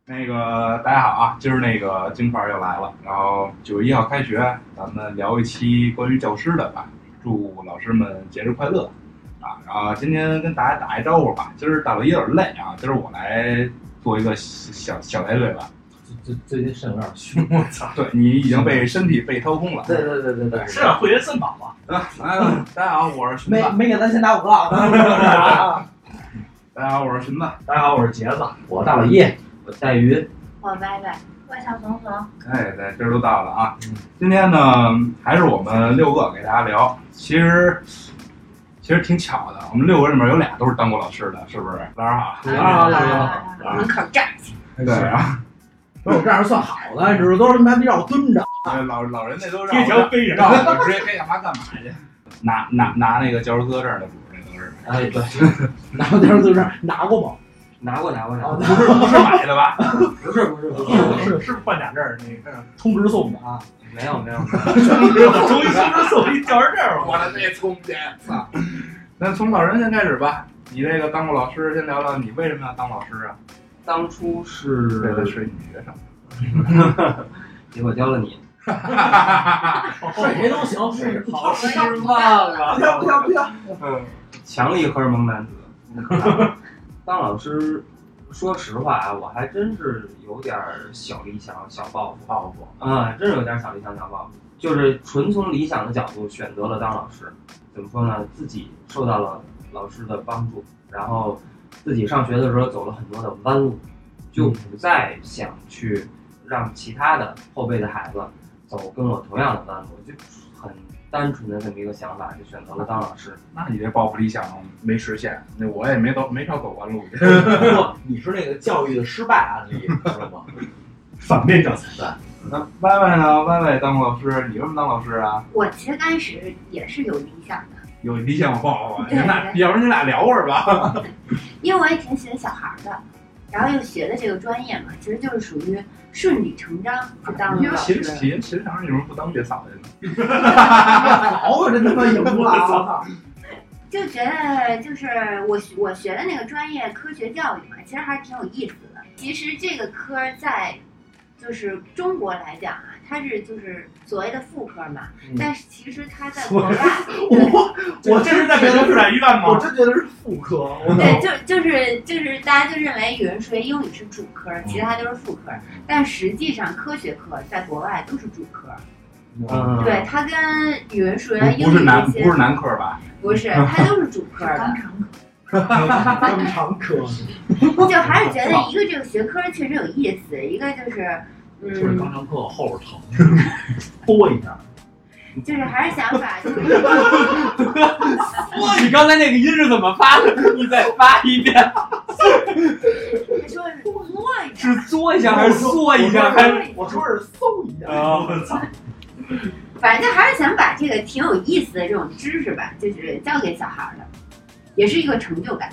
大家好啊，今儿金块又来了，然后9月1号开学，咱们聊一期关于教师的吧，祝老师们节日快乐啊！然后今天跟大家打一招呼吧，今儿大老爷有点累啊，今儿我来做一个小来队吧。 最近肾有点虚，我操！ 对你已经被身体被掏空了。 对， 是啊，会员肾宝嘛。 来，大家好，我是荀子。 没给咱先打广告。 大家好，我是荀子。 大家好，我是杰子。 我大老叶，我带鱼， 我歪歪，我小怂怂。 哎，对，今儿都到了啊。今天呢，还是我们6个给大家聊。其实挺巧的，我们6个里面有俩都是当过老师的，是不是？老师好。 门口站起。 对啊。 不是我这样算好的，你知道都是他妈让我蹲着。 老人那都让贴条飞人， 让我直接该干嘛干嘛去。拿那个教师资格证的主，那都是。 哎，对，拿过教师资格证拿过吗？ 拿过， 不是买的吧？ 不是办假证那个充值送的啊。 没有， 终于送一教师证， 我的这聪明，操！那从老人先开始吧，你这个当过老师，先聊聊你为什么要当老师啊？ 当初是为了是女学生， 结果教了你， 睡谁都行， 好失望啊！ 不要， 强力荷尔蒙男子。当老师，说实话啊，我还真是有点小理想、小抱负啊，真是有点小理想、小抱负。就是纯从理想的角度选择了当老师，怎么说呢？自己受到了老师的帮助，然后自己上学的时候走了很多的弯路，就不再想去让其他的后辈的孩子走跟我同样的弯路，就很单纯的这么一个想法，就选择了当老师。 那你这抱负理想没实现，那我也没少走弯路去。 不，你是那个教育的失败案例，知道吗？ 反面教材的。 那歪歪呢？歪歪当过老师，你为什么当老师啊？ 我其实刚开始也是有理想的， 有理想有抱负啊？ 对那要不然你俩聊会儿吧。 因为我也挺喜欢小孩的，然后又学的这个专业嘛，其实就是属于顺理成章就当了老师。 秦小孩，你为什么不当别嫂去呢？ 好，我真他妈赢了啊！ 就觉得就是我学的那个专业科学教育嘛，其实还是挺有意思的。其实这个科在就是中国来讲啊，它是就是所谓的副科嘛，但是其实它在国外， 我这是在北京市打医院吗？ 我真觉得是副科。 对，就是大家就认为语文、数学、英语是主科，其他都是副科，但实际上科学课在国外都是主科。对，它跟语文、数学、英语这些不是男科吧？ 不是，它都是主科的。 当常科， 就还是觉得一个这个学科确实有意思，一个就是就是肛肠科后边疼，拨一下。 就是还是想把就是你刚才那个音是怎么发的？你再发一遍。 他说是嘬一下， 是嘬一下还是嗦一下？还是我说是嗖一下。 我操！ 反正还是想把这个挺有意思的这种知识吧，就是教给小孩的，也是一个成就感。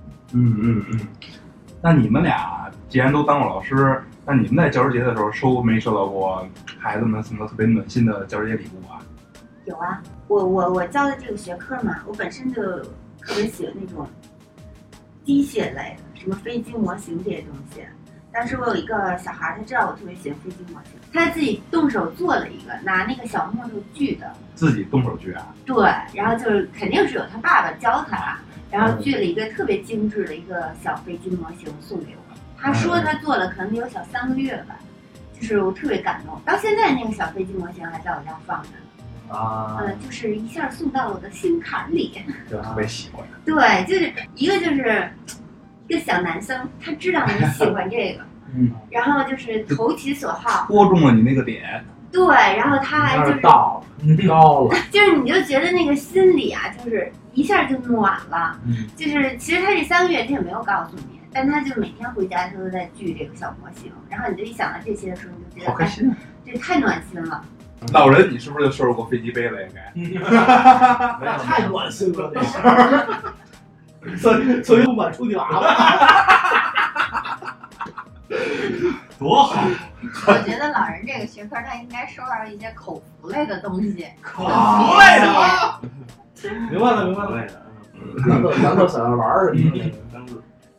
那你们俩既然都当过老师，那你们在教师节的时候收到过孩子们送的特别暖心的教师节礼物啊？ 有啊，我教的这个学科嘛，我本身就特别喜欢那种机械类的，什么飞机模型这些东西。当时我有一个小孩，他知道我特别喜欢飞机模型，他自己动手做了一个，拿那个小木头锯的， 自己动手锯啊？ 对，然后就是肯定是有他爸爸教他，然后锯了一个特别精致的一个小飞机模型送给我。他说他做了可能有小3个月吧，就是我特别感动。到现在那个小飞机模型还在我家放着呢。 啊， 就是一下送到了我的心坎里。 就特别喜欢。 对，就是一个小男生，他知道你喜欢这个，然后就是投其所好， 戳中了你那个点。 对，然后他还就是到高了， 就是你就觉得那个心里啊，就是一下就暖了。就是其实他这3个月他也没有告诉你，但他就每天回家他都在锯这个小模型，然后你就一想到这些的时候，你就觉得好开心啊！ 这太暖心了。 老人，你是不是就收拾过飞机杯了？应该。 那太暖心了，这事儿。所以不满出去娃娃。 多好！ 我觉得老人这个学科他应该收到一些口福类的东西。 口福类的， 明白了。咱都想要玩儿什么的。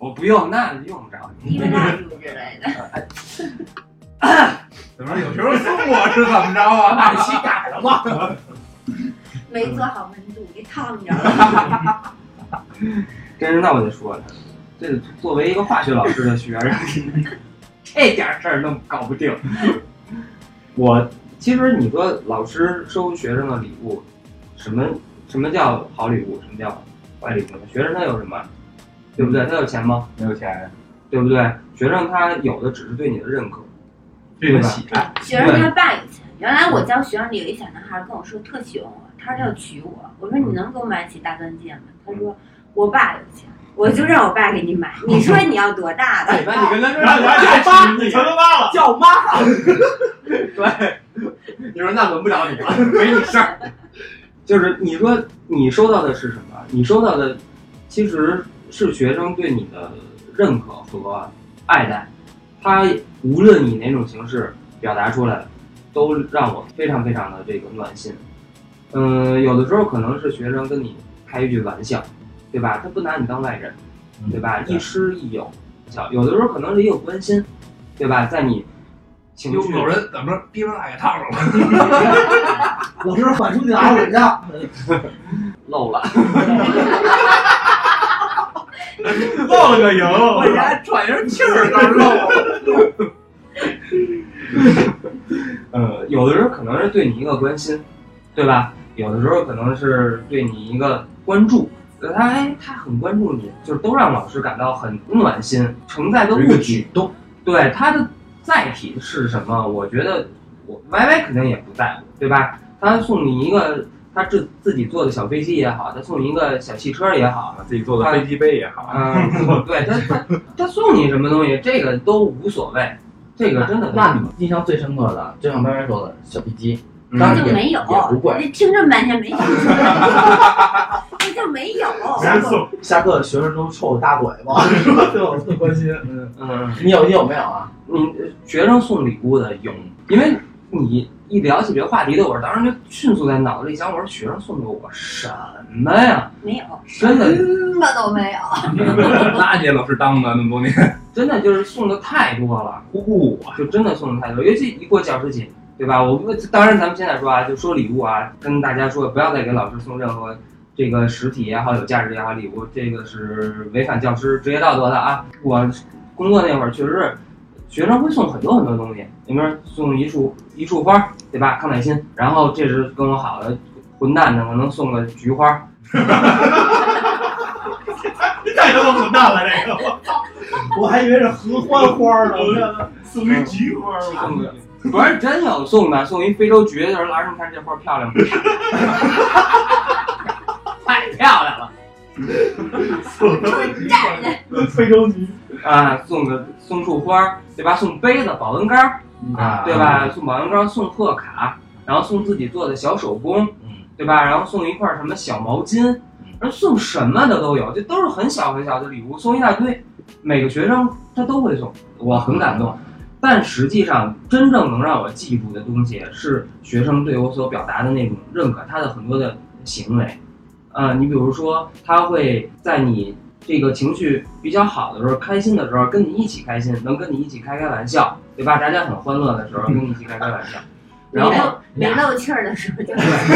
我不用，那用不着。 一个蜡烛之类的。 怎么有学生送我是怎么着啊？ 那期改了吗？ 没做好温度，给烫着了。 真是，那我得说他，这作为一个化学老师的学生，这点事儿都搞不定。我其实你说老师收学生的礼物，什么叫好礼物，什么叫坏礼物呢？学生他有什么，对不对？他有钱吗？ 没有钱， 对不对？学生他有的只是对你的认可， 对得起。 学生他爸有钱，原来我教学生里有一小男孩跟我说特喜欢我，他说他要娶我，我说你能给我买起大钻戒吗？他说我爸有钱，我就让我爸给你买。你说你要多大的？ 那你跟他说然后你还叫妈，你成他妈了， 叫妈。 对，你说那轮不着你了，没你事儿。就是你说你收到的是什么？你收到的其实是学生对你的认可和爱戴，他无论以哪种形式表达出来，都让我非常非常的这个暖心。有的时候可能是学生跟你开一句玩笑，对吧？他不拿你当外人，对吧？亦师亦友，有的时候可能是一个关心，对吧？在你情绪有人怎么着逼着大给烫着了？ 老师缓出去拿回家， 漏了， 漏了个营， 我这还喘上气儿都漏了。 有的时候可能是对你一个关心，对吧？有的时候可能是对你一个关注，他很关注你，就是都让老师感到很暖心。承载的物体动， 对他的载体是什么？我觉得我 YY 肯定也不在乎，对吧？他送你一个他自己做的小飞机也好，他送你一个小汽车也好， 自己做的飞机杯也好， 对他送你什么东西，这个都无所谓，这个真的。 那你印象最深刻的，就像歪歪说的小飞机， 嗯当然就没有， 也不贵。 你听这么半天没听出来，那就没有。 下课学生都抽我大嘴巴，对我特关心。你有没有啊？ 学生送礼物的有，因为你一聊起这个话题的，我当时就迅速在脑子里想，我说学生送给我什么呀？ 没有， 真的什么都没有。 那你老师当的那么多年， 真的就是送的太多了，就真的送的太多，尤其一过教师节，对吧？当然咱们现在说啊，就说礼物啊，跟大家说不要再给老师送任何这个实体也好、有价值也好礼物，这个是违反教师职业道德的啊。我工作那会儿确实是。学生会送很多很多东西，里面送一束花，对吧？康乃馨，然后这是跟我好的混蛋的，可能送个菊花。 太他妈混蛋了这个！ 我还以为是合欢花呢， 送一菊花送个，不是真有送的，送一非洲菊，就是老师你看这花漂亮不？太漂亮了。 站着。 非洲菊啊，送束花，对吧？送杯子、保温杆啊， 对吧？送保温杆，送贺卡，然后送自己做的小手工，对吧？然后送一块什么小毛巾，然后送什么的都有，这都是很小很小的礼物，送一大堆，每个学生他都会送，我很感动。但实际上，真正能让我记住的东西是学生对我所表达的那种认可，他的很多的行为。你比如说，他会在你这个情绪比较好的时候、开心的时候，跟你一起开心，能跟你一起开玩笑，对吧？大家很欢乐的时候，跟你一起开玩笑。然后没漏气儿的时候就。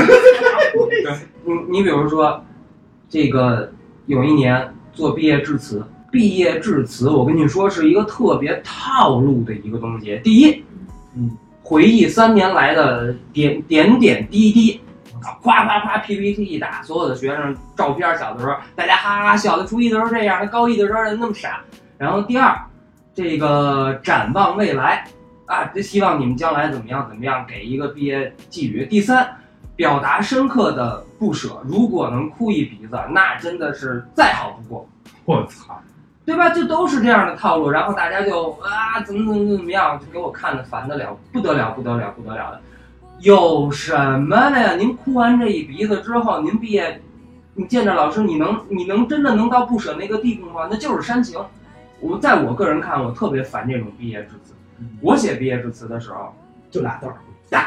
你比如说，这个有一年做毕业致辞，我跟你说是一个特别套路的一个东西。第一，回忆3年来的点滴滴。夸 PPT 一打，所有的学生照片，小的时候大家哈哈笑的，初一的时候这样，高一的时候那么傻。然后第二，这个展望未来啊，就希望你们将来怎么样，给一个毕业寄语。第三，表达深刻的不舍，如果能哭一鼻子，那真的是再好不过。 我操， 对吧？这都是这样的套路，然后大家就怎么样，就给我看的烦得了，不得了的。有什么的呀？您哭完这一鼻子之后，您毕业，你见着老师，你能真的能到不舍那个地步吗？那就是煽情。在我个人看，我特别烦这种毕业致辞。我写毕业致辞的时候， 就俩字儿，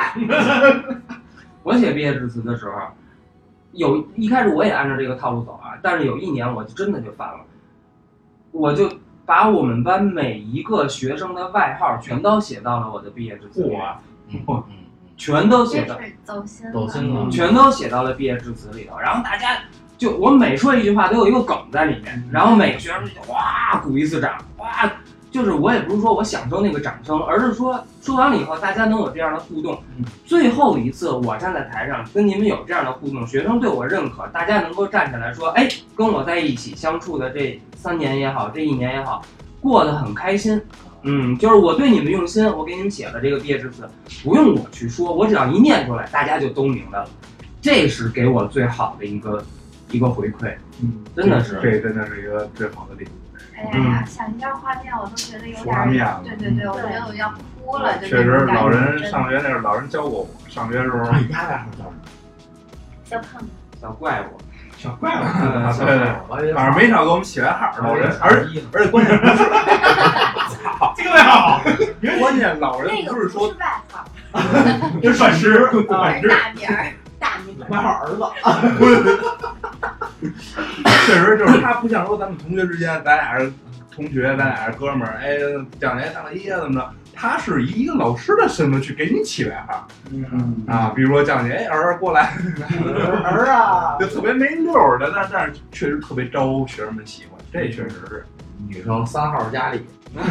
我写毕业致辞的时候，一开始我也按照这个套路走啊，但是有一年我就真的就犯了。 我就把我们班每一个学生的外号全都写到了我的毕业致辞里，全都写到， 走心了， 全都写到了毕业致辞里头。然后大家就我每说一句话都有一个梗在里面，然后每个学生就哇鼓一次掌，哇，就是我也不是说我享受那个掌声，而是说完了以后大家能有这样的互动。最后一次我站在台上跟你们有这样的互动，学生对我认可，大家能够站起来说，哎，跟我在一起相处的这3年也好，这1年也好，过得很开心。就是我对你们用心，我给你们写了这个毕业致辞，不用我去说，我只要一念出来，大家就都明白了。这是给我最好的一个回馈，真的是， 这真的是一个最好的礼物。 哎呀，想一下画面，我都觉得有点，对，我觉得我要哭了。 确实，老人上学那时候，老人教过我，上学的时候， 你家外号叫什么？ 小胖子， 小怪物。 小怪物， 对，反正没少给我们起外号，老人，而且关键不是，操， 这个外号好， 关键老人不是说外号， 这是本职， 大名， 外号儿子。 确实就是他不像说咱们同学之间，咱俩是同学，咱俩是哥们儿，哎，将来当个爷怎么着？他是以一个老师的身份去给你起外号，比如说叫你哎儿过来， 儿啊， 就特别没溜的，但是确实特别招学生们喜欢，这确实是。 女生3号佳丽，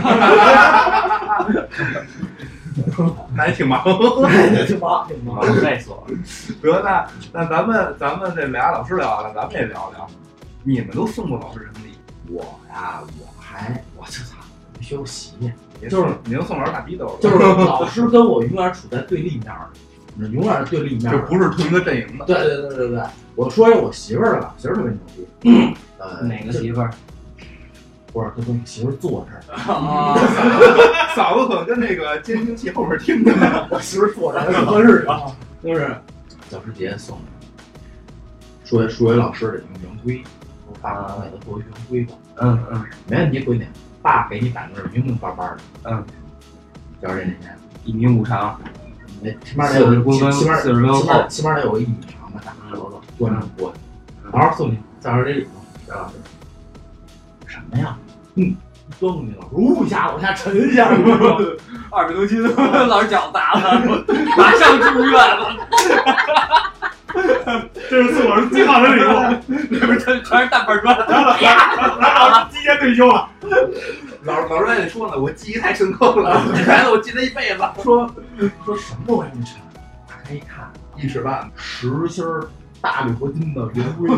那也挺忙， 挺忙， 累死我了。 得，那咱们这俩老师聊完了，咱们也聊聊，你们都送过老师什么礼物？ 我呀，我就操，没学过习。 就是你能送老师大逼斗， 就是老师跟我永远处在对立面的，永远是对立面， 就不是同一个阵营的。 对，我说一我媳妇儿的吧，媳妇儿特别牛逼。 哪个媳妇儿？ 不是，他跟媳妇儿坐这儿， 嫂子可能跟那个监听器后面听着呢。 我媳妇儿坐这儿很合适啊，就是教师节送的，数学老师的一个圆规，我爸爸给他做一圆规吧。没问题，闺女。爸给你摆那儿明明白白的，多少钱 ？1.5米长， 起码得有 40公分，40多厚， 起码得有1米长的大盒子，多那么多。好好送你，再说这礼物，张老师，什么呀？端午节老师，一下往下沉一下 ，200多斤，老师脚砸了，马上住院了。 这是送老师最好的礼物， 里边全是大板砖， 老师提前退休了。 老师还得说呢，我记忆太深刻了，这孩子我记得一辈子。 说什么都往上沉，打开一看 ，1尺半 ，10芯大铝合金的圆规，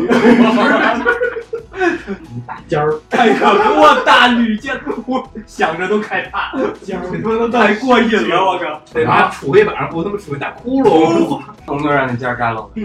大尖儿， 太可恶，大铝尖，我想着都害怕， 尖儿， 你说太过瘾了，我靠！ 得把杵黑板上不他妈杵一大窟窿， 能不能让那尖儿干了？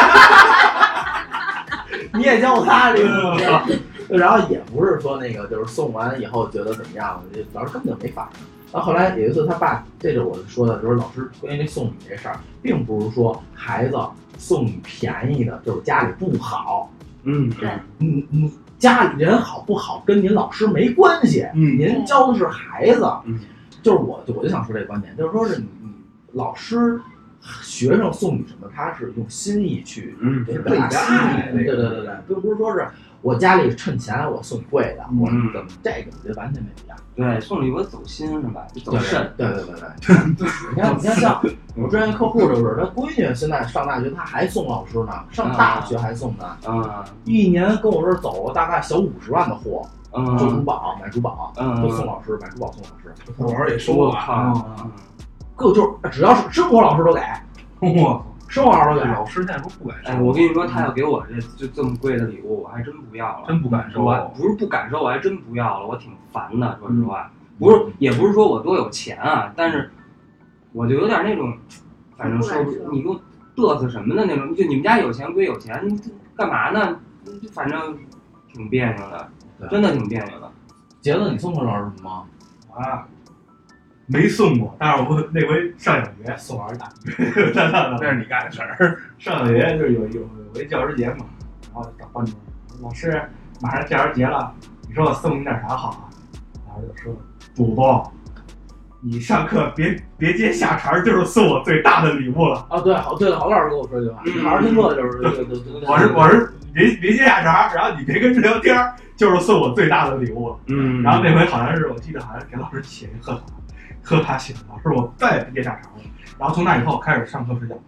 你也教他这个。然后也不是说那个，就是送完以后觉得怎么样，老师根本就没反应。然后后来有一次他爸，这就是我说的，就是老师关于这送礼这事儿，并不是说孩子送你便宜的，就是家里不好。 对， 家里人好不好跟您老师没关系，您教的是孩子。就是我就想说这个观点，就是说是你老师。学生送你什么，他是用心意去表达心意，对，并不是说是我家里趁钱我送你贵的，我怎么这个我觉得完全没必要。 对，送礼我走心是吧？走肾。 对。你看像我专业客户就是，他闺女现在上大学，他还送老师呢，上大学还送呢。一年跟我这儿走了大概小50万的货，做珠宝买珠宝，都送老师，买珠宝送老师， 老师也收了。 就是只要是生活老师都给，生活老师都给。 老师那时候不敢收。 哎，我跟你说，他要给我这么贵的礼物，我还真不要了， 真不敢收。 不是不敢收，我还真不要了，我挺烦的，说实话。也不是说我多有钱啊，但是我就有点那种，反正说你给我嘚瑟什么的那种，就你们家有钱归有钱，你干嘛呢？反正挺别扭的，真的挺别扭的。 杰子，你送过老师什么吗？ 啊。没送过，但是我那回上小学送老师大鱼， 那是你干的事儿。 上小学就是有一教师节嘛，然后找班主任，老师马上教师节了，你说我送你点啥好啊？老师就说：“主公，你上课别接下茬，就是送我最大的礼物了。” 啊，对，好老师跟我说一句话，好好听课就是。 我是别接下茬，然后你别跟人聊天，就是送我最大的礼物了。然后那回好像是我记得好像给老师写一贺卡写的，老师我再也不接下茬了。然后从那以后开始上课睡觉。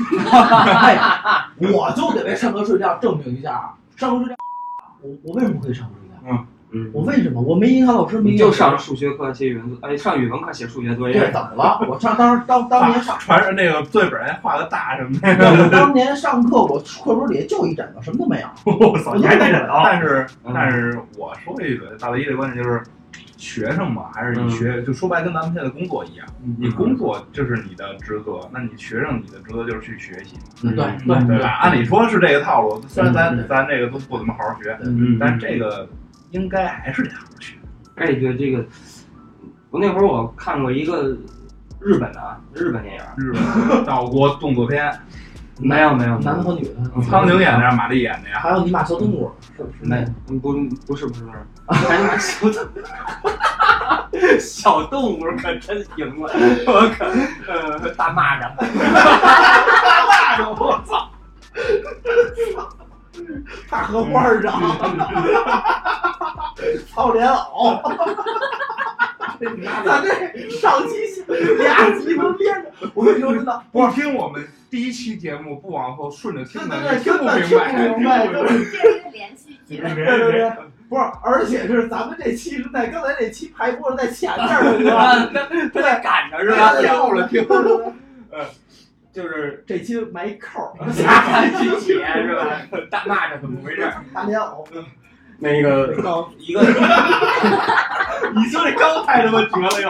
我就得为上课睡觉证明一下，上课睡觉，我为什么可以上课睡觉？我为什么？我没影响老师，没影响。 就上数学课写语文，上语文课写数学作业。 对，怎么了？我上当年上传着那个作业本还画个大什么的。 我当年上课，我课本里就一枕头，什么都没有。 我操，你还带枕头？ 但是我说一嘴，大一的观点就是，学生嘛，还是你学，就说白跟咱们现在工作一样，你工作就是你的职责，那你学生你的职责就是去学习。对吧？按理说是这个套路，虽然咱这个都不怎么好好学，但这个。应该还是得好好学。 哎，对这个，我那会儿我看过一个日本电影， 日本岛国动作片， 没有， 男的和女的， 苍井演的，马丽演的呀， 还有尼玛小动物，是不是？ 没，不是，还他妈小动物，小动物可真行了，我可大蚂蚱， 大蚂蚱，我操！大荷花儿上，操莲藕，咱这上期俩集都连着。我跟你说真的， 不听我们第一期节目，不往后顺着听的， 听不明白， 这是一个连续剧。 对，不是，而且是咱们这期是在刚才那期排播是在前面的， 他在赶着是吧？ 跳了听。 就是这期埋一扣， 下期写是吧？大蚂蚱怎么回事？ 大莲藕， 那个一个， 你说这刚太他妈绝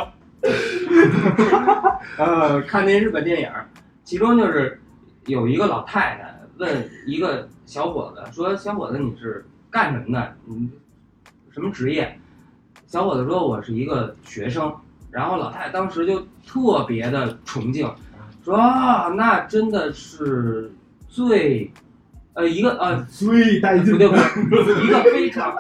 了又。看那日本电影，其中就是有一个老太太问一个小伙子说：“小伙子，你是干什么的？你什么职业？”小伙子说：“我是一个学生。”然后老太太当时就特别的崇敬。说啊，那真的是最带劲， 不对，一个非常，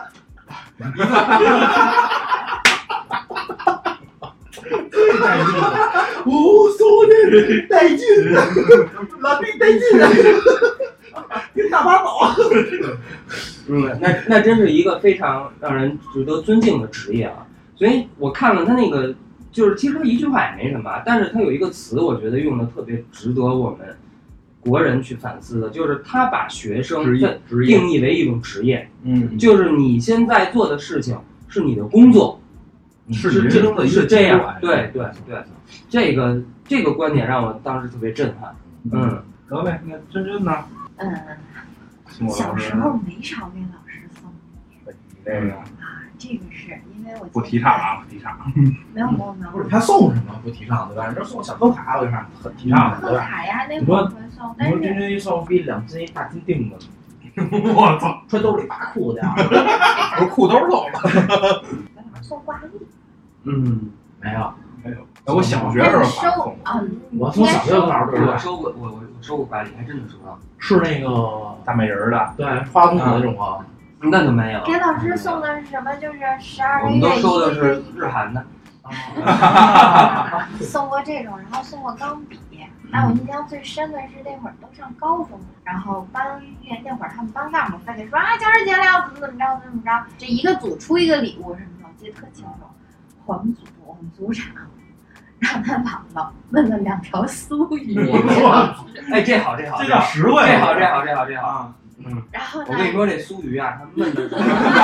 最带劲的，说的带劲，老弟带劲，跟大把宝。 那真是一个非常让人值得尊敬的职业啊！所以我看了他那个。就是其实一句话也没什么，但是他有一个词，我觉得用的特别值得我们国人去反思的，就是他把学生定义为一种职业，就是你现在做的事情是你的工作， 是这样，对，这个观点让我当时特别震撼。 得呗，那真呢？ 小时候没少给老师送礼。 这个。 这个是因为我不提倡啊，不提倡。 没有。 不是他送什么不提倡对吧？你这送小贺卡，我看很提倡的。 贺卡呀，那会儿会送，但是君君一送比2斤一大金锭子， 我操， 穿兜里拔裤子呀， 我裤兜漏了。 给老师送挂历。 没有。 我小学时候收啊， 我从小学就老师我收过挂历，还真的收到。 是那个大美人的， 对，花公子那种啊。 那就没有。 给老师送的是什么？就是12个月。 我们都收的是日韩的。 送过这种，然后送过钢笔。我印象最深的是那会儿都上高中，然后班月那会儿他们班干部非得说啊，教师节了要怎么着，这一个组出一个礼物什么的，我记得特清楚。我们组长让他姥姥问了2条苏语。 哎，这好， 这叫实惠。 这好。 然后呢？ 我跟你说，这苏鱼啊，他问的是。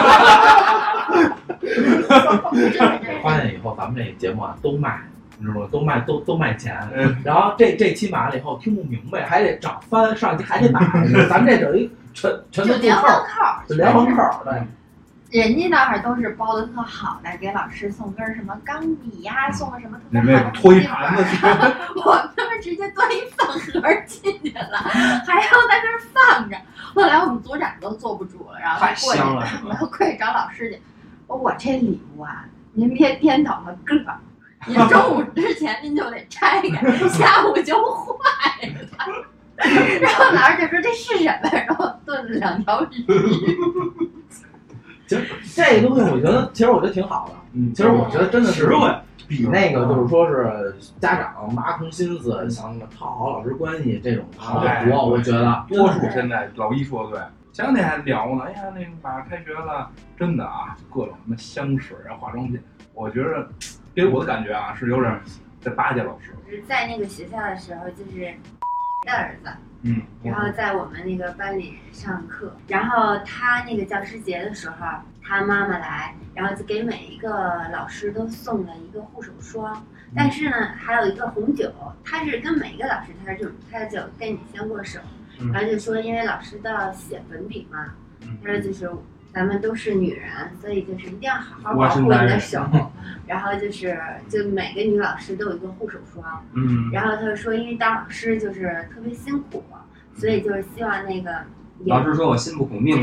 发现以后咱们这节目啊都卖，你知道吗？都卖钱。然后这期买了以后听不明白，还得找翻上去还得买。咱这等于全都连环扣， 连环扣，对。 人家那儿都是包的特好的，给老师送根什么钢笔呀，送个什么特别好的托一盘子。 我们直接端一饭盒进去了，还要在那儿放着。后来我们组长都坐不住了，然后过去找老师去。我这礼物啊，您别颠倒了个儿，您中午之前您就得拆开，下午就坏了。然后老师就说这是什么？然后炖了2条鱼。 其实这个东西，我觉得挺好的。其实我觉得真的是实惠， 比那个就是说是家长挖空心思想讨好老师关系这种好得多。我觉得多数现在老一说对， 前两天还聊呢，哎呀，那个马上开学了，真的啊，各种什么香水啊、化妆品，我觉得给我的感觉啊是有点在巴结老师。 就是在那个学校的时候，就是的儿子，然后在我们那个班里上课，然后他那个教师节的时候，他妈妈来，然后就给每一个老师都送了一个护手霜，但是呢，还有一个红酒，他是跟每一个老师他就跟你先握手，然后就说因为老师都要写粉笔嘛，他说就是咱们都是女人，所以就是一定要好好保护你的手。然后就每个女老师都有一个护手霜。然后他就说，因为当老师就是特别辛苦，所以就是希望那个老师说我心不苦命苦，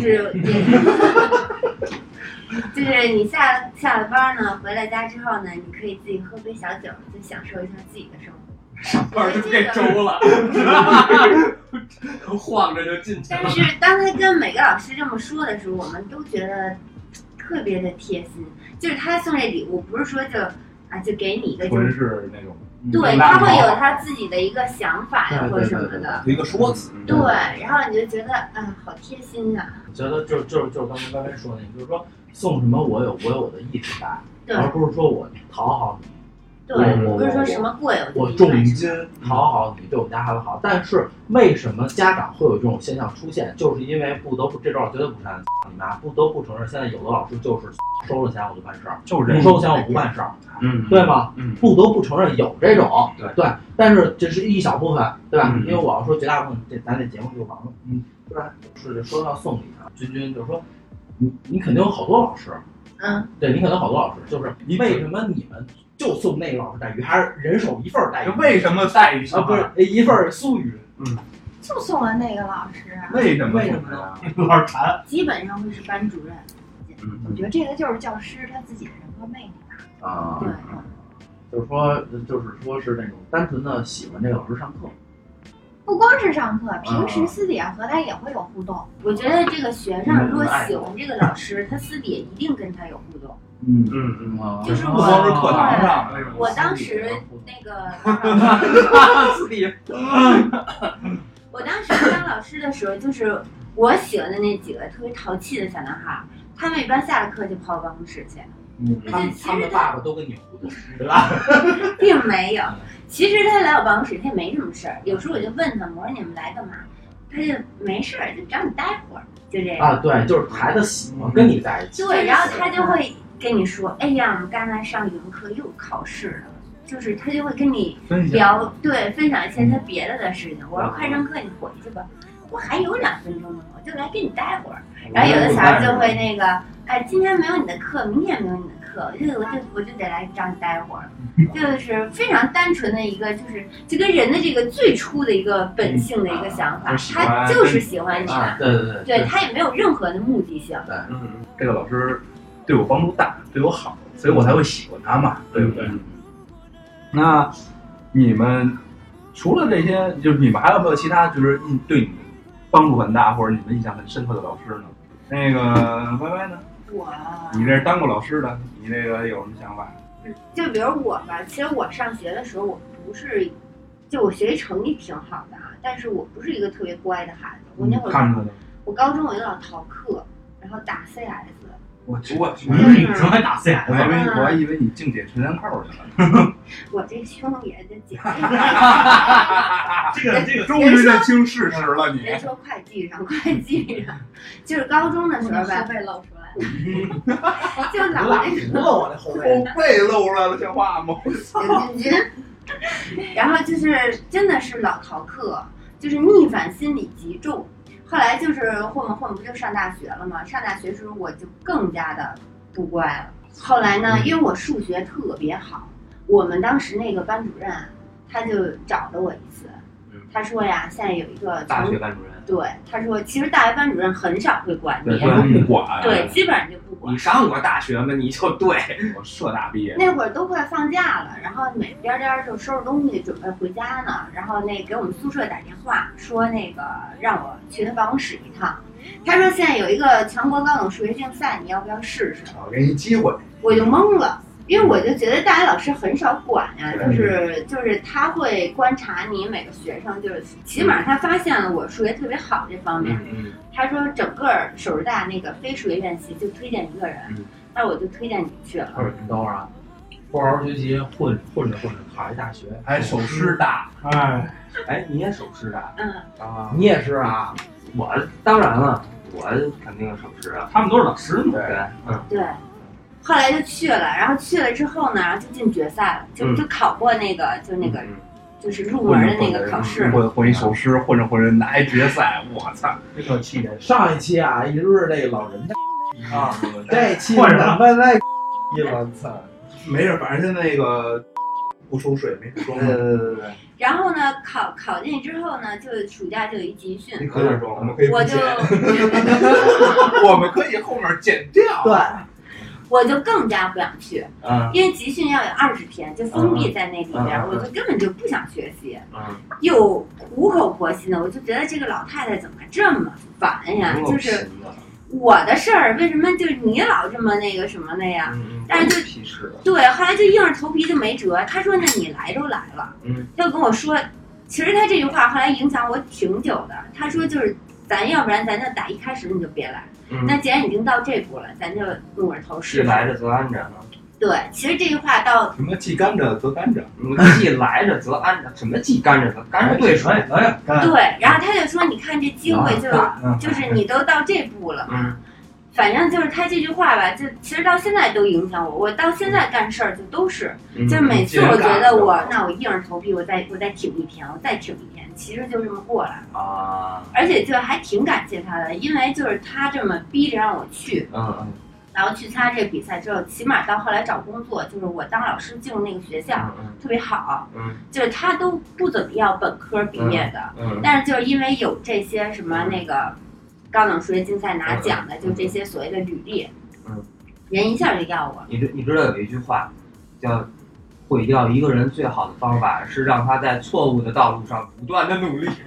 就是你下了班呢，回了家之后呢，你可以自己喝杯小酒，就享受一下自己的生活。 上班就给周了，晃着就进去了。 但是当他跟每个老师这么说的时候，我们都觉得特别的贴心。就是他送这礼物，不是说就给你一个， 纯是那种， 对，他会有他自己的一个想法呀或者什么的， 有一个说辞。 对，然后你就觉得好贴心啊。 我觉得就是刚才歪歪说的，就是说送什么我有我的意识在，而不是说我讨好你。 对，不是说什么贵， 我重金讨好你，对我们家孩子好。但是为什么家长会有这种现象出现？就是因为不得不这段绝对不删你妈，不得不承认，现在有的老师就是收了钱我就办事儿， 就是不收钱我不办事儿，对吗？不得不承认有这种，对，但是这是一小部分，对吧？因为我要说绝大部分，咱这节目就完了，对吧？是说到送礼啊，君就是说，你肯定有好多老师，对你可能有好多老师，就是为什么你们就送那个老师带鱼，还是人手一份带鱼？ 为什么带鱼啊？不是一份酥鱼， 就送了那个老师啊？ 为什么呢？ 老师馋， 基本上会是班主任。 我觉得这个就是教师他自己的人格魅力吧。 啊， 对， 就是说是那种单纯的喜欢这个老师上课。 不光是上课，平时私底下和他也会有互动。 我觉得这个学生如果喜欢这个老师，他私底下一定跟他有互动。就是不光是课堂上那种。 我当时那个，我当时当老师的时候，就是我喜欢的那几个特别淘气的小男孩，他们一般下了课就跑办公室去。 他们的爸爸都跟你互动，对吧？ 并没有。其实他来我办公室，他也没什么事儿。有时候我就问他，我说你们来干嘛？他就没事儿，就找你待会儿，就这样。 对，就是孩子喜欢跟你在一起。 对，然后他就会跟你说，哎呀，我们刚才上语文课又考试了，就是他就会跟你聊，对，分享一些他别的事情。我说快上课你回去吧，我还有2分钟呢，我就来跟你待会儿。然后有的小孩就会那个，今天没有你的课，明天没有你的课，我就得来找你待会儿，就是非常单纯的一个，就跟人的这个最初的一个本性的一个想法，他就是喜欢你的，对，他也没有任何的目的性。 对，这个老师对我帮助大，对我好，所以我才会喜欢他嘛，对不对？那你们除了这些，就是你们还有没有其他就是对你帮助很大或者你们印象很深刻的老师呢？那个歪歪呢？你这是当过老师的，你这个有什么想法？ 就比如我吧，其实我上学的时候，我不是，就我学习成绩挺好的啊，但是我不是一个特别乖的孩子。我那会儿看出来了， 我高中我就老逃课，然后打 CS。 我你怎么还打 CS？ 我还以为你净解全连扣去了。 我这胸也得解。 这个终于认清事实了，你。 别说快记上，就是高中的时候吧， 被露出来了， 就老那我的后背露出来了，像话吗？ 然后就是真的是老逃课，就是逆反心理极重。后来就是混不就上大学了嘛？上大学时候我就更加的不乖了。后来呢，因为我数学特别好，我们当时那个班主任他就找了我一次，他说呀，现在有一个大学班主任， 对，他说其实大学班主任很少会管你， 不管， 对，基本上就不管。 你上过大学吗？你就对， 我社大毕业， 那会儿都快放假了，然后每边就收拾东西准备回家呢，然后给我们宿舍打电话说那个让我去他办公室一趟，他说现在有一个全国高等数学竞赛，你要不要试试？ 我给你机会， 我就懵了。 因为我就觉得大学老师很少管呀，就是他会观察你每个学生，就是起码他发现了我数学特别好这方面。他说整个首师大那个非数学院系就推荐一个人，那我就推荐你去了。 你等会儿啊，不好好学习，混着考一大学， 还首师大， 哎，你也首师大？ 啊，你也是啊？ 我当然了，我肯定首师啊， 他们都是老师嘛。 对。后来就去了，然后去了之后呢，然后就进决赛了，就考过那个就是入门的那个考试。 混一首诗，混着拿一决赛，我操！ 这个气人。 上一期啊，一直是那个老人家啊，这期换人们来，我操！ 没事，反正现在那个不收税，没事装。 对。 然后呢，考进去之后呢，就暑假就有一集训。 你可点装，我们可以。 我就我们可以后面剪掉。 对。 我就更加不想去，因为集训要有20天，就封闭在那里边，我就根本就不想学习，又苦口婆心的，我就觉得这个老太太怎么这么烦呀？就是我的事儿，为什么就你老这么那个什么的呀？但是就对，后来就硬着头皮就没辙。他说：“那你来都来了。”他就跟我说，其实他这句话后来影响我挺久的。他说就是咱要不然咱就打一开始你就别来。那既然已经到这步了，咱就努着头试。 既来着则安着。 对，其实这句话到什么既甘蔗则甘蔗， 既来着则安着。什么既甘蔗则甘蔗对水？ 对，然后他就说，你看这机会就是你都到这步了嘛。反正就是他这句话吧，就其实到现在都影响我。我到现在干事儿就都是，就每次我觉得我硬着头皮，我再挺一天，我再挺一天。其实就这么过来啊， 而且就还挺感谢他的，因为就是他这么逼着让我去，然后去参加这个比赛之后，起码到后来找工作，就是我当老师进入那个学校，特别好，就是他都不怎么要本科毕业的，但是就是因为有这些什么那个高等数学竞赛拿奖的，就这些所谓的履历，人一下就要我。 你知道有一句话叫。毁掉一个人最好的方法是让他在错误的道路上不断的努力。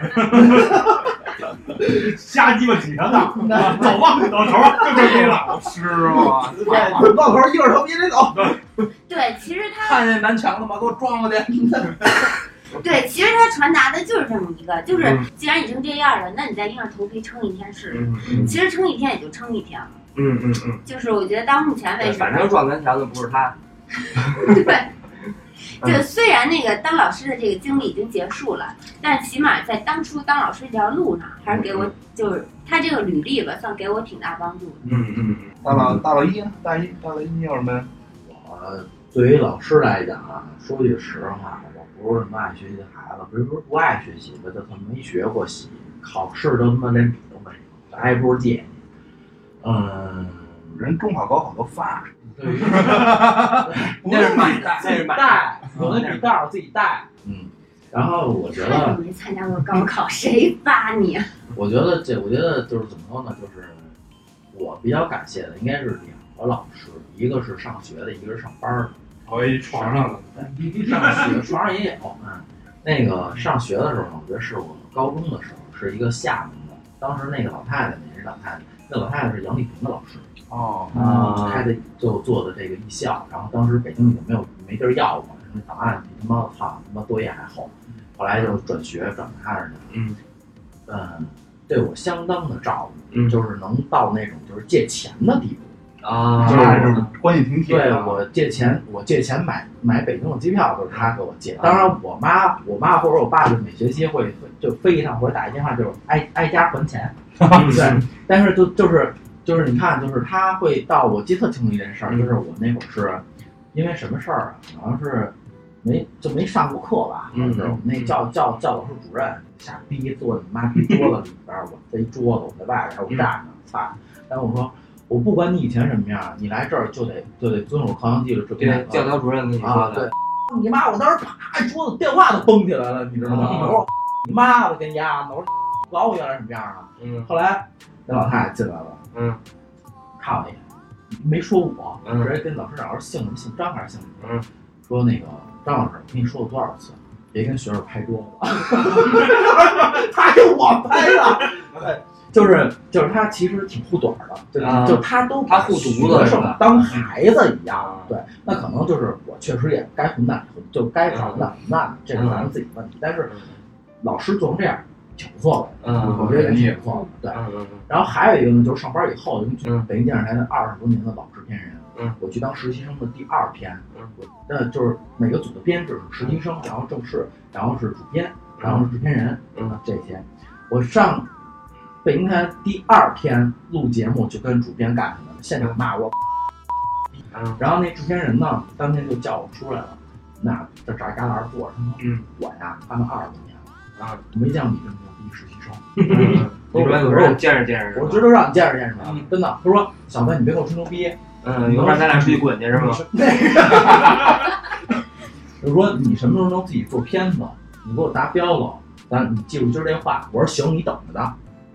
瞎鸡巴挤上的，走吧，老头儿，就这个老师啊， 对，老头儿一会儿头别得走。 对，其实他看见南墙了吗？给我装过去。 对，其实他传达的就是这么一个，就是既然已经这样了，那你再硬着头皮撑一天试试。其实撑一天也就撑一天了。就是我觉得到目前为止， 反正撞南墙的不是他。 对。就虽然那个当老师的这个经历已经结束了，但是起码在当初当老师这条路上，还是给我就是他这个履历吧，算给我挺大帮助的。 大老一你有什么？ 我对于老师来讲啊，说句实话，我不是什么爱学习的孩子，不是不爱学习吧，就他没学过习，考试都他妈连笔都没有，还不如借你。 人中考高考都发。 那是买带，我的笔袋我自己带。然后我觉得没参加过高考，谁发你啊？ 我觉得就是怎么说呢？就是我比较感谢的应该是2个老师，一个是上学的，一个是上班的。 床上的， 上学床上也有。那个上学的时候呢，我觉得是我高中的时候，是一个厦门的，当时那个老太太那是老太太，那老太太是杨丽萍的老师。开的就做的这个艺校，然后当时北京已经没地儿要我，那档案比他妈作业还厚，后来就转学转他那儿去了。对我相当的照顾，就是能到那种就是借钱的地步啊，就是关系挺铁。 对我借钱买北京的机票都是他给我借，当然我妈或者我爸就每学期会就飞一趟或者打一电话，就是挨家还钱。对，但是就是你看，就是他会到，我记得特清楚一件事儿，就是我那会儿是因为什么事儿啊？好像是没上过课吧？就是我们那教导处主任傻逼坐你妈逼桌子里边，我这一桌子我在外边我站着，操！然后我说我不管你以前什么样，你来这儿就得遵守康熙的这个。 教导主任跟你说的。 对，你妈！我当时啪，桌子电话都崩起来了，你知道吗？我说你妈的跟丫的，我说不知道我原来什么样啊？后来那老太太进来了。看我一眼，没说我，直接跟老师讲，姓什么？姓张还是姓什么？说那个张老师，我跟你说过多少次？ 别跟学生拍桌子，他是我拍的，就是他其实挺护短的，就他都他护犊子学生当孩子一样，对，那可能就是我确实也该混蛋，就该混蛋，这是咱们自己问题，但是老师做成这样挺不错的，我觉得也挺不错的，对。然后还有一个呢，就是上班以后，北京电视台的20多年的老制片人，我去当实习生的第2天，就是每个组的编制是实习生，然后正式，然后是主编，然后是制片人，这些。我上北京台第2天录节目就跟主编干什么，现场骂我，然后那制片人呢，当天就叫我出来了，那在这旮旯坐着，他说，我呀，干了20多年了，我没见过你这么牛逼实习生。 我说见识见识， 我知道让你见识见识，真的。他说小子，你别给我吹牛逼， 要不然咱俩出去滚去是吗？ 就说你什么时候能自己做片子，你给我达标了，你记住今儿这话。我说行，你等着的。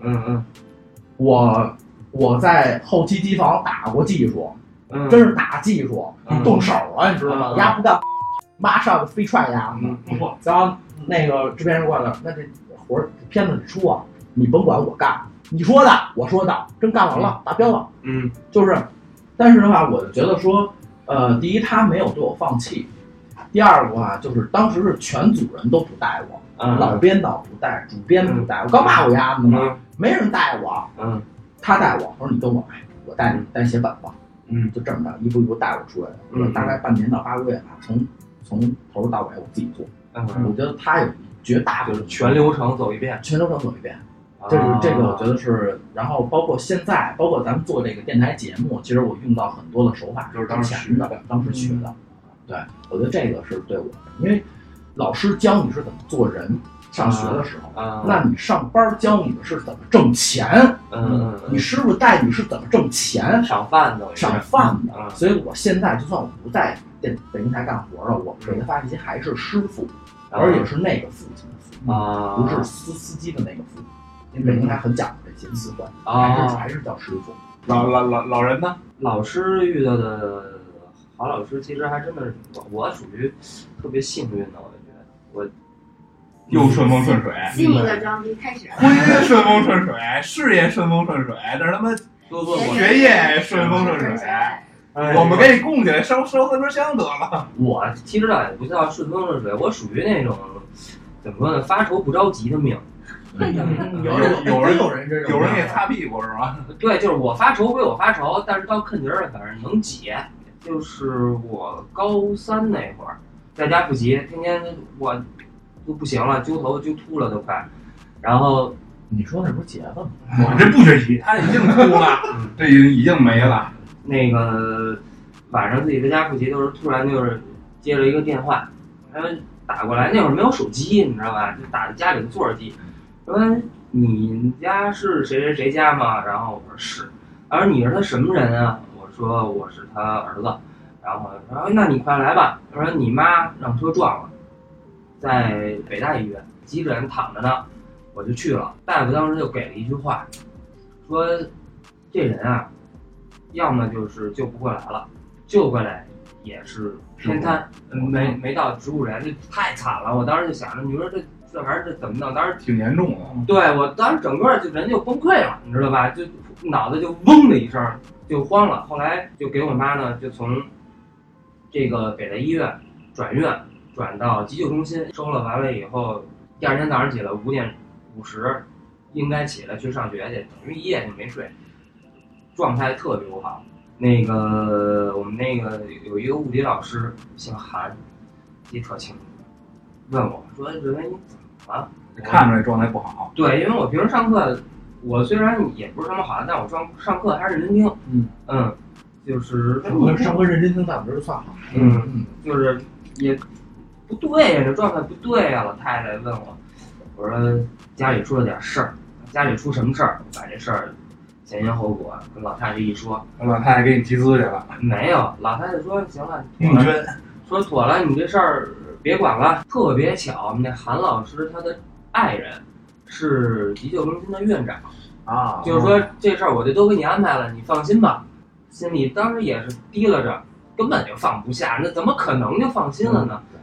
我在后期机房打过技术，真是打技术，动手了，你知道吗？丫不干，马上飞踹丫子。然后那个制片人过来了，那这活儿片子得出啊，你甭管我干，你说的我说的，真干完了，达标了。就是，但是的话，我就觉得说，第一他没有对我放弃，第二个话就是当时是全组人都不带我，老编导不带，主编不带，我刚骂我丫子呢，没人带我，他带我，我说你跟我来，我带你带写本子，就这么着一步一步带我出来的，大概半年到8个月吧，从头到尾我自己做，我觉得他有绝大就是全流程走一遍， 这个我觉得是，然后包括现在，包括咱们做这个电台节目，其实我用到很多的手法，就是当时学的，对，我觉得这个是对我的，因为老师教你是怎么做人，上学的时候，那你上班教你的是怎么挣钱，你师傅带你是怎么挣钱， 赏饭的， 所以我现在就算我不在北京台干活了，我给他发信息还是师傅，而且是那个父亲的父，不是司机的那个父。因为北京台很讲究这些词汇，还是叫师傅。 老人呢？ 老师遇到的好老师其实还真的是挺多，我属于特别幸运的，我觉得我又顺风顺水， 新一个装逼开始， 婚姻顺风顺水，事业顺风顺水，这是他妈学业顺风顺水。我们给你供起来烧3根香得了。 我其实也不叫顺风顺水，我属于那种怎么说呢，发愁不着急的命。 有人给擦屁股是吧？ 对，就是我发愁归我发愁，但是到坑节儿反正能解。就是我高3那会儿，在家复习，天天我都不行了，揪头揪秃了都快。然后你说那不是结了吗？ 我这不学习，他已经秃了，这已经没了。 那个晚上自己在家复习的时候，突然就是接了一个电话，打过来，那会儿没有手机，你知道吧？就打在家里的座机。说你家是谁谁谁家吗？然后我说是。他说你是他什么人啊？我说我是他儿子。然后说那你快来吧。他说你妈让车撞了，在北大医院急诊躺着呢。我就去了，大夫当时就给了一句话，说这人啊，要么就是救不过来了，救回来也是偏瘫，没到植物人，这太惨了。我当时就想着，你说这玩意儿这怎么弄？当时挺严重的。 对，我当时整个就人就崩溃了，你知道吧？就脑子就嗡的一声就慌了。后来就给我妈呢，就从这个北大医院转到急救中心收了，完了以后，第2天早上起来5点50，应该起来去上学去，等于一夜就没睡，状态特别不好。那个我们那个有一个物理老师姓韩，记特清楚，问我说：“认为你怎么了？” 看出来状态不好。 对，因为我平时上课，我虽然也不是什么好，但我上课还是认真听。就是上课认真听，在我们这儿就算好。 就是也不对呀，这状态不对呀。老太太问我说家里出了点事儿，家里出什么事儿？我把这事儿前因后果跟老太太一说， 老太太给你集资去了。 没有，老太太说行了，说妥了，你这事儿别管了。特别巧，我们那韩老师他的爱人是急救中心的院长啊，就是说这事儿我就都给你安排了，你放心吧。心里当时也是提拉着，根本就放不下，那怎么可能就放心了呢？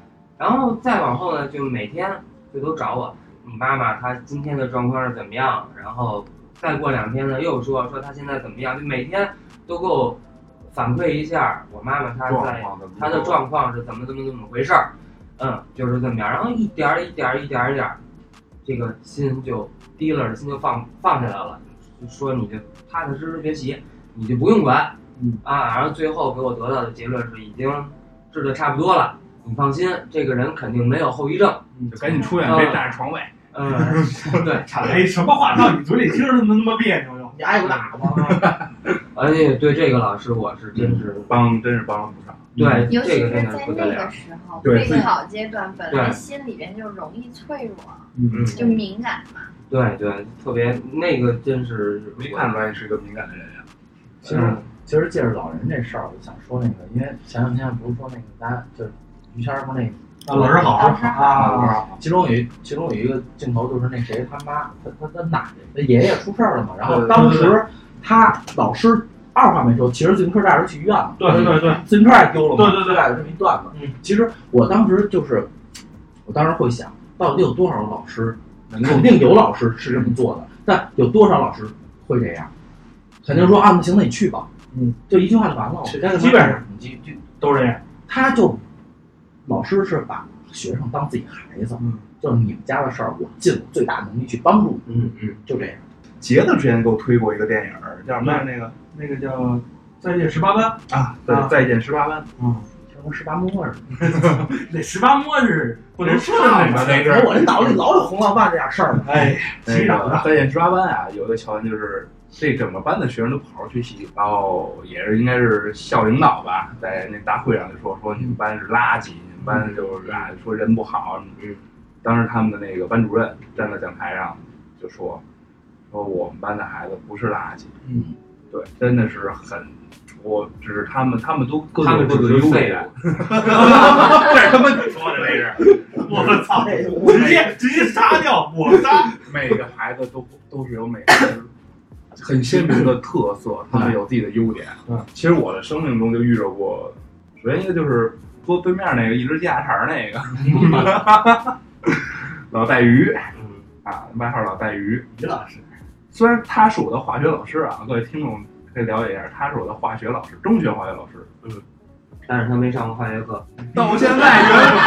然后再往后呢，就每天就都找我，你妈妈她今天的状况是怎么样？然后再过2天呢，又说她现在怎么样？就每天都给我反馈一下我妈妈她的状况是怎么回事儿。就是这么样，然后一点儿，这个心就提了，心就放下来了，就说你就踏踏实实学习，你就不用管，然后最后给我得到的结论是已经治的差不多了，你放心，这个人肯定没有后遗症， 就赶紧出院，别占着床位。 对， 哎，什么话到你嘴里听着那么别扭哟？ 你挨过打吗？ 而且对这个老师，我是真是帮了不少。对， 尤其是在那个时候，备考阶段，本来心里边就容易脆弱，就敏感嘛。 对，特别那个真是没看出来是个敏感的人呀。 其实借着老人这事儿，我想说那个，因为前2天不是说那个咱就是于谦不是那个老师好， 其中有一个镜头就是那谁他妈他奶奶他爷爷出事儿了嘛，然后当时他老师。二话没说，骑着自行车带着去医院了。 对， 自行车也丢了嘛。 对， 带着这么一段子。其实我当时会想，到底有多少个老师，肯定有老师是这么做的，但有多少老师会这样？肯定说那行，那你去吧。就一句话就完了。 基本上都这样。 老师是把学生当自己孩子，就是你们家的事儿，我尽我最大能力去帮助你。就这样。 杰子之前给我推过一个电影，叫什么？ 那个叫《再见18班》 啊，对，《再见18班》。 跟18末似的。 那18末是不能说的那个。 我这脑里老有红老饭这点事儿。 哎， 再见18班啊，有的桥段就是这整个班的学生都不好好学习，然后也是应该是校领导吧，在那大会上就说你们班是垃圾，你们班就是说人不好。当时他们的那个班主任站在讲台上就说我们班的孩子不是垃圾。对，真的是我只是他们都各自的优点。这是他妈你说的这是， 我操！直接杀掉我仨。 每个孩子都是有每个很鲜明的特色，他们有自己的优点。其实我的生命中就遇到过，首先一个就是坐对面那个一直接牙茬那个老带鱼外号老带鱼。 于老师。 虽然他是我的化学老师啊，各位听众可以了解一下，他是我的化学老师，中学化学老师。 但是他没上过化学课， 到现在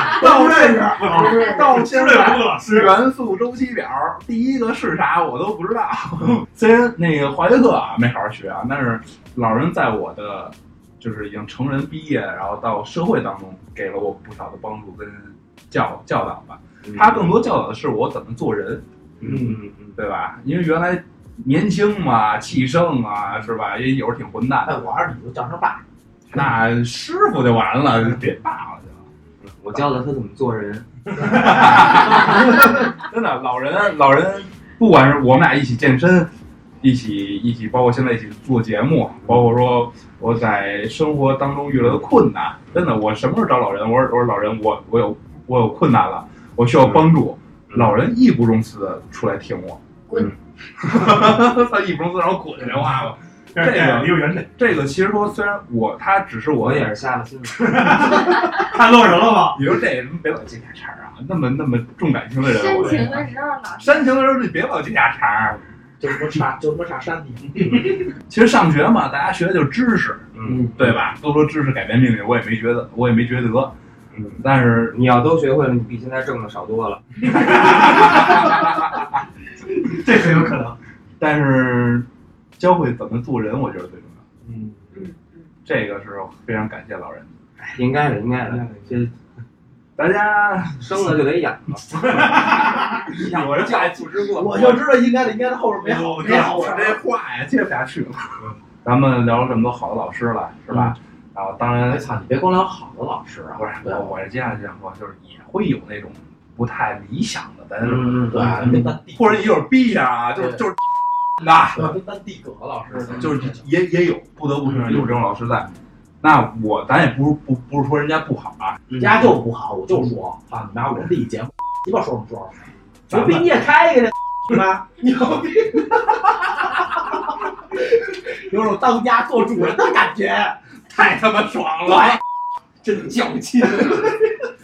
元素周期表第一个是啥我都不知道。虽然那个化学课没好好学但是老人在我的就是已经成人毕业，然后到社会当中给了我不少的帮助跟教导吧。他更多教导的是我怎么做人。对吧？因为原来年轻嘛，气盛是吧？也有时候挺混蛋。 我儿子就叫声爸， 那师傅就完了，别爸了就。 我教了他怎么做人。 真的，老人，不管是我们俩一起健身，一起，包括现在一起做节目，包括说我在生活当中遇到的困难，真的，我什么时候找老人？我说老人，我有困难了，我需要帮助。老人义不容辞的出来挺我， 滚！ 他义不容辞让我滚这话吧。这个其实说，虽然他只是我也是瞎了心了， 看漏人了吧？ 你说这人别老接下茬那么重感情的人， 煽情的时候老煽情的时候你别老接下茬就他妈傻山体。 其实上学嘛，大家学的就是知识，对吧？都说知识改变命运，我也没觉得。但是你要都学会了，你比现在挣的少多了。 这很有可能。 但是教会怎么做人，我觉得最重要。这个是非常感谢老人。 应该的。这大家生了就得养嘛。 有人教不知过， 我就知道应该的后边没好。 我这话呀接不下去了。咱们聊了这么多好的老师了，是吧？然后当然， 你别光聊好的老师啊， 不是，我接下来想说，就是也会有那种不太理想的，咱对， 或者有点逼啊，就是那跟咱地葛老师， 就是也有，不得不承认有这种老师在。那咱也不是说人家不好啊， 人家就不好，我就说你妈我自己节目，你把说牛逼你也开一个这妈牛逼，有种当家做主人的感觉。 太他妈爽了， 真较劲。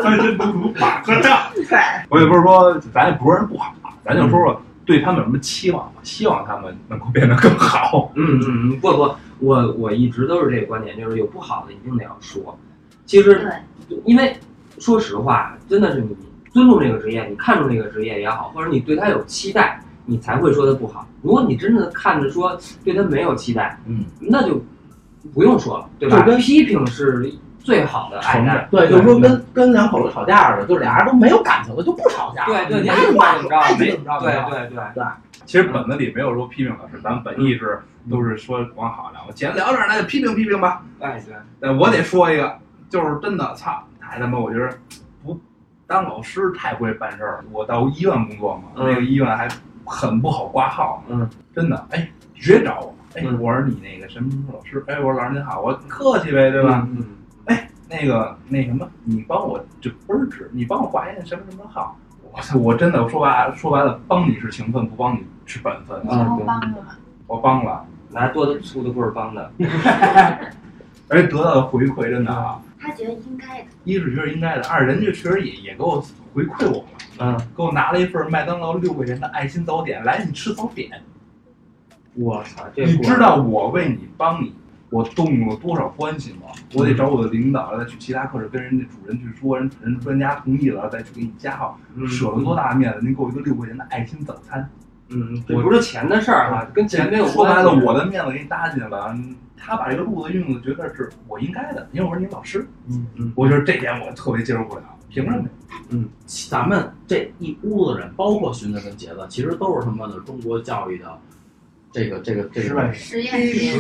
翻身读书马和尚。 我也不是说咱也不是人不好，咱就说说对他们有什么期望，希望他们能够变得更好。 不，我一直都是这个观点，就是有不好的一定得要说。其实，因为说实话，真的是你尊重这个职业，你看重这个职业也好，或者你对他有期待，你才会说他不好。如果你真的看着说对他没有期待，那就不用说了，对吧？批评是最好的爱戴。 对，就是说跟两口子吵架似的，就俩人都没有感情了，就不吵架。 对，你爱怎么着，没怎么着。对。 其实本子里没有说批评老师，咱们本意是都是说往好聊。既然聊这儿，那就批评吧。 对。 我得说一个，就是真的，操，太他妈，我觉得不当老师太会办事儿。我到医院工作嘛，那个医院还很不好挂号。真的，直接找我。我说你那个什么老师，我说老师您好，我客气呗，对吧？那什么，你帮我就不是指你帮我挂一个什么什么号。我真的说白了，帮你是情分，不帮你是本分。我帮了， 拿多的粗的棍儿帮的， 而且得到的回馈真的啊， 他觉得应该的。 一是觉得应该的，二人家确实也给我回馈我了，给我拿了一份麦当劳6块钱的爱心早点，来你吃早点。 我操， 你知道我为你帮你，我动用了多少关系吗？我得找我的领导，再去其他科室跟人家主任去说，人专家同意了，再去给你加号，舍了多大的面子？您给我一个6块钱的爱心早餐。 这不是钱的事儿啊，跟钱没有关系。 说白了，我的面子给你搭进去了，他把这个路子用的觉得是我应该的，因为我是你老师。我觉得这点我特别接受不了，凭什么？ 咱们这一屋子人，包括荀子跟杰子，其实都是他妈的中国教育的这个实验品。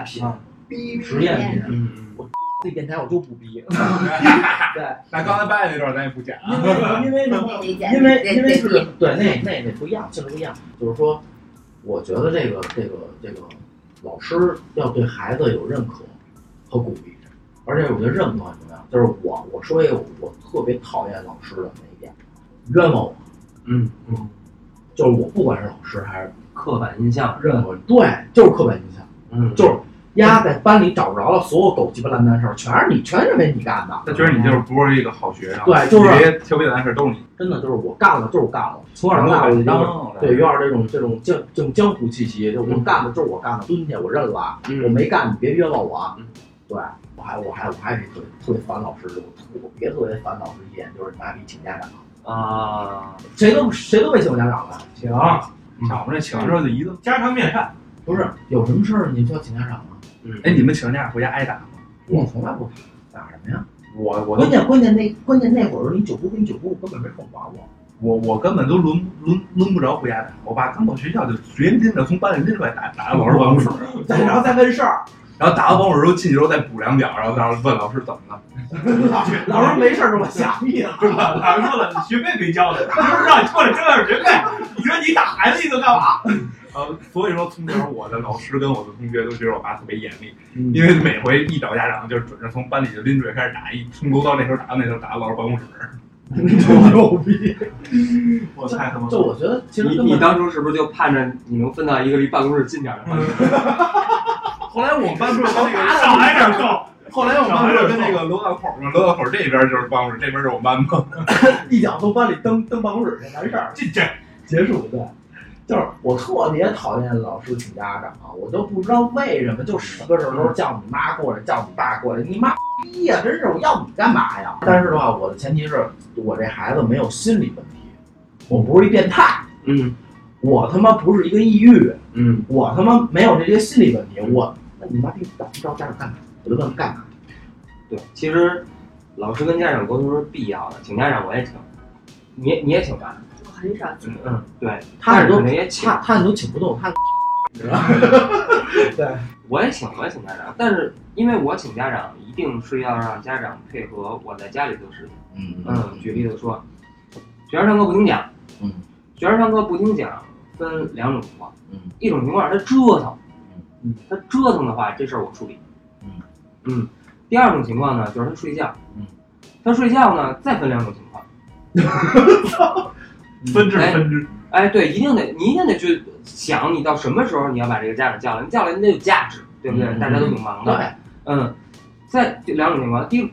我这电台我就不逼。对， 那刚才掰那段咱也不讲， 因为是对那不一样，性质不一样。就是说，我觉得这个老师要对孩子有认可和鼓励，而且我觉得认可很重要。就是我说一个我特别讨厌老师的那一点，冤枉我。就是我不管是老师还是刻板印象， 任何对，就是刻板印象。就是丫在班里找不着了，所有狗鸡巴烂蛋事儿全认为你干的。 他觉得你就是不是一个好学生。 对，就是这些调皮捣蛋事儿都是你。 真的就是我干了，就是干了。从小到大，我对有点这种江湖气息，就我干的就是我干的，蹲下我认了，我没干你别冤枉我。对，我还是特别烦老师，我别特别烦老师一点就是你妈逼请家长啊！谁都没请过家长的， 请我们这请的时候就一顿家常便饭。 不是有什么事儿你就要请家长吗？ 你们请假回家挨打吗？ 我从来不打什么呀。 我关键那会儿你9部根本没空管我根本都轮不着回家打。我爸刚到学校就随便拎着从班里拎出来打到老师办公室， 然后再问事儿， 然后打到办公室之后进去之后再补2脚，然后问老师怎么了。 老师没事这么想你了， 是吧？老师说了，你学费没交的，就是让你过来挣点学费。你说你打孩子你都干嘛？ 所以说从小我的老师跟我的同学都觉得我爸特别严厉，因为每回一找家长就准是从班里就拎出来开始打，从楼道那头打到那头打到老师办公室。 牛逼！ 我太他妈！ 就我觉得，其实你当初是不是就盼着你能分到一个离办公室近点的？ 后来我们班不是跟那个少来点够。 后来我们班不是跟那个楼道口嘛，楼道口这边就是办公室，这边是我们班嘛。 一脚从班里蹬办公室去，完事儿，结束对。就是我特别讨厌老师请家长，我都不知道为什么，就10个事儿都是叫你妈过来，叫你爸过来，你妈逼呀，真是我要你干嘛呀？但是的话，我的前提是我这孩子没有心理问题，我不是一变态，我他妈不是一个抑郁，我他妈没有这些心理问题，那你妈逼找家长干嘛？我就问干嘛？ 对，其实老师跟家长沟通是必要的，请家长我也请，你也请吧。 很少请。 对， 他可能也请， 他都请不动，他对，我也请家长，但是因为我请家长，一定是要让家长配合我在家里做事情。举例子说，学生上课不听讲，学生上课不听讲分2种情况，一种情况是他折腾，他折腾的话，这事儿我处理，第2种情况呢，就是他睡觉，他睡觉呢，再分2种情况。 分支， 对，你一定得去想，你到什么时候你要把这个家长叫来，你叫来你得有价值，对不对？大家都挺忙的。 对， 再2种情况，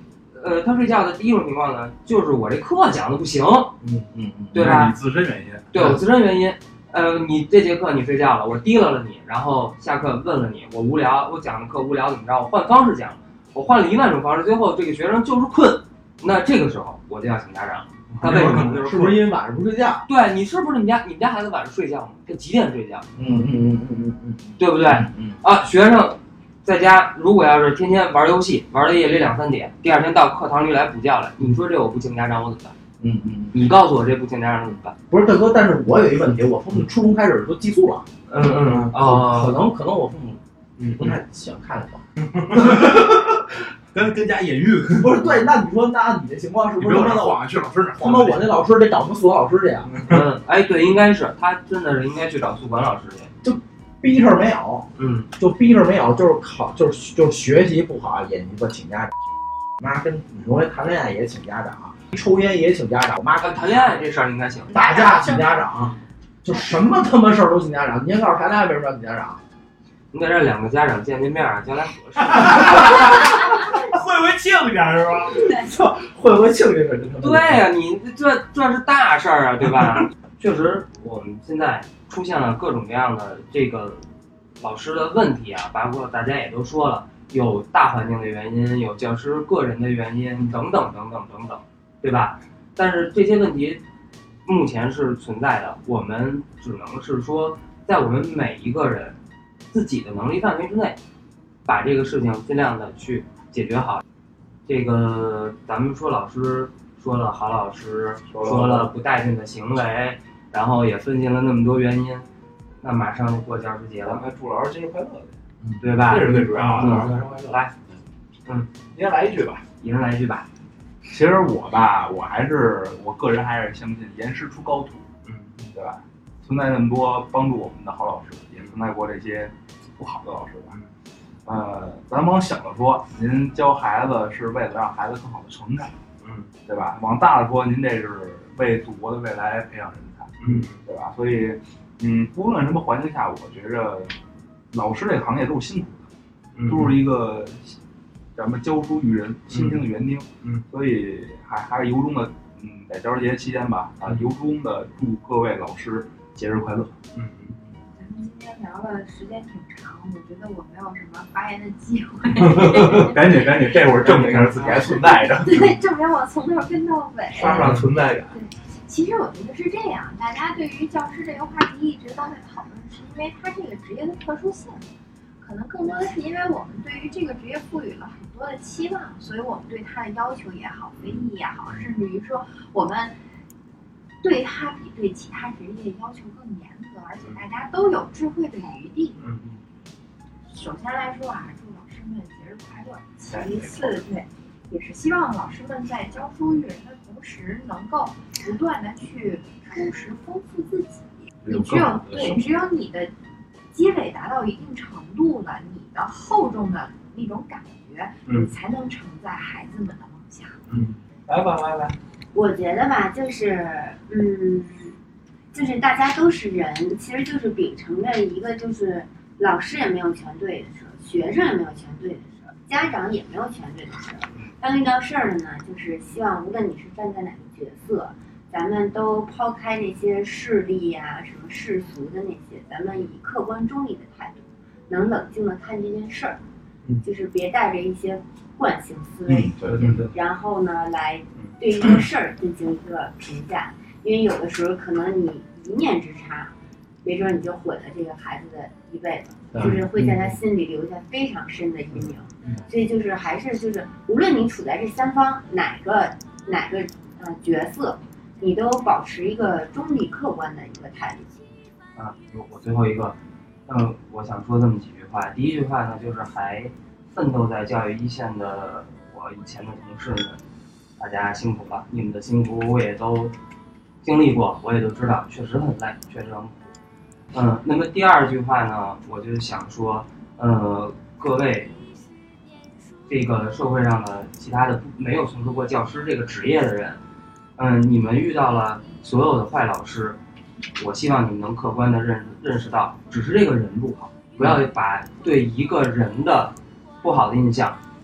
他睡觉的第一种情况呢，就是我这课讲的不行，对吧？ 你自身原因， 对我自身原因。你这节课你睡觉了，我提了你，然后下课问了你，我无聊，我讲的课无聊怎么着？我换方式讲，我换了1万种方式，最后这个学生就是困，那这个时候我就要请家长。他为什么？ 是不是因为晚上不睡觉？ 对，你是不是你们家孩子晚上睡觉吗？他几点睡觉？对不对？学生在家如果要是天天玩游戏，玩到夜里2、3点，第二天到课堂里来补觉来，你说这我不请家长我怎么办？你告诉我这不请家长怎么办？ 不是大哥，但是我有一个问题，我从初中开始就寄宿了。可能我父母不太喜欢看我。 跟家野育不是对，那你说那你的情况是不是晃啊去老师那儿？ 他妈我那老师得找什么宿管老师去呀？ 对，应该是他真的是应该去找宿管老师去。 就逼事儿没有，就逼事儿没有，就是学习不好也你说请家长，妈跟你说谈恋爱也请家长，抽烟也请家长，我妈跟谈恋爱这事儿应该请， 打架请家长，就什么他妈事儿都请家长。您告诉谈恋爱为什么要请家长？ 你得让2个家长见面啊，将来合适。 会不会庆祝是吧？ 会不会庆祝是？ 对呀，你这是大事儿啊，对吧？确实，我们现在出现了各种各样的这个老师的问题啊，包括大家也都说了，有大环境的原因，有教师个人的原因，等等，对吧？但是这些问题目前是存在的，我们只能是说，在我们每一个人自己的能力范围之内，把这个事情尽量的去解决好。这个咱们说老师说了好老师，说了不带劲的行为，然后也分析了那么多原因，那马上就过教师节了， 祝老师节日快乐， 对吧？ 这是最主要的。 来， 一人来一句吧， 一人来一句吧。 其实我个人还是相信严师出高徒，对吧？存在那么多帮助我们的好老师，也存在过这些不好的老师吧。咱往小了说，您教孩子是为了让孩子更好的成长，对吧？往大了说，您这是为祖国的未来培养人才，对吧？所以，不论什么环境下，我觉着老师这个行业都是辛苦的，都是一个咱们教书育人辛勤的园丁，所以还是由衷的，在教师节期间吧，由衷的祝各位老师节日快乐。 咱们今天聊了时间挺长，我觉得我没有什么发言的机会。 赶紧，这会儿证明一下自己还存在着。 对，证明我从头跟到尾， 刷上存在感。 对，其实我觉得是这样，大家对于教师这个话题一直都在讨论，是因为他这个职业的特殊性，可能更多的是因为我们对于这个职业赋予了很多的期望，所以我们对他的要求也好，非议也好，甚至于说我们对他比对其他职业要求更严格，而且大家都有智慧的余地。首先来说啊，祝老师们节日快乐。其次，对，也是希望老师们在教书育人的同时，能够不断的去充实丰富自己。你只有你的积累达到一定程度了，你的厚重的那种感觉，你才能承载孩子们的梦想。 来吧，来。 我觉得吧，就是大家都是人，其实就是秉承着一个，就是老师也没有全对的时候，学生也没有全对的时候，家长也没有全对的时候。当遇到事儿了呢，就是希望无论你是站在哪个角色，咱们都抛开那些势力呀、什么世俗的那些，咱们以客观中立的态度，能冷静的看这件事儿，就是别带着一些惯性思维，然后呢来对一个事儿进行一个评价，因为有的时候可能你一念之差，没准你就毁了这个孩子的一辈子，就是会在他心里留下非常深的阴影。所以就是还是就是无论你处在这三方哪个角色，你都保持一个中立客观的一个态度。 我最后一个，我想说这么几句话。第一句话呢，就是还奋斗在教育一线的我以前的同事们，大家辛苦了，你们的辛苦我也都经历过，我也都知道，确实很累，确实很苦。那么第二句话呢，我就想说，各位这个社会上的其他的没有从事过教师这个职业的人，你们遇到了所有的坏老师，我希望你们能客观的认识到，只是这个人不好，不要把对一个人的不好的印象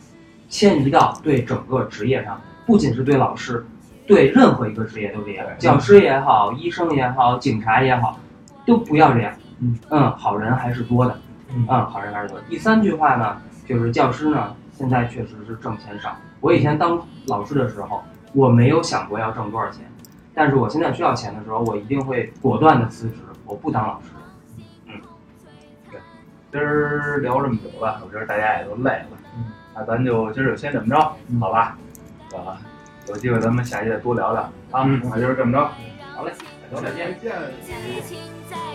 迁移到对整个职业上，不仅是对老师，对任何一个职业都这样，教师也好，医生也好，警察也好，都不要这样。好人还是多的。好人还是多的。第3句话呢，就是教师呢，现在确实是挣钱少。我以前当老师的时候，我没有想过要挣多少钱，但是我现在需要钱的时候，我一定会果断的辞职，我不当老师。 对，今儿聊这么久了，我觉得大家也都累了。那咱就今儿就先这么着，好吧？有机会咱们下期再多聊聊啊。那就是这么着，好嘞，再见。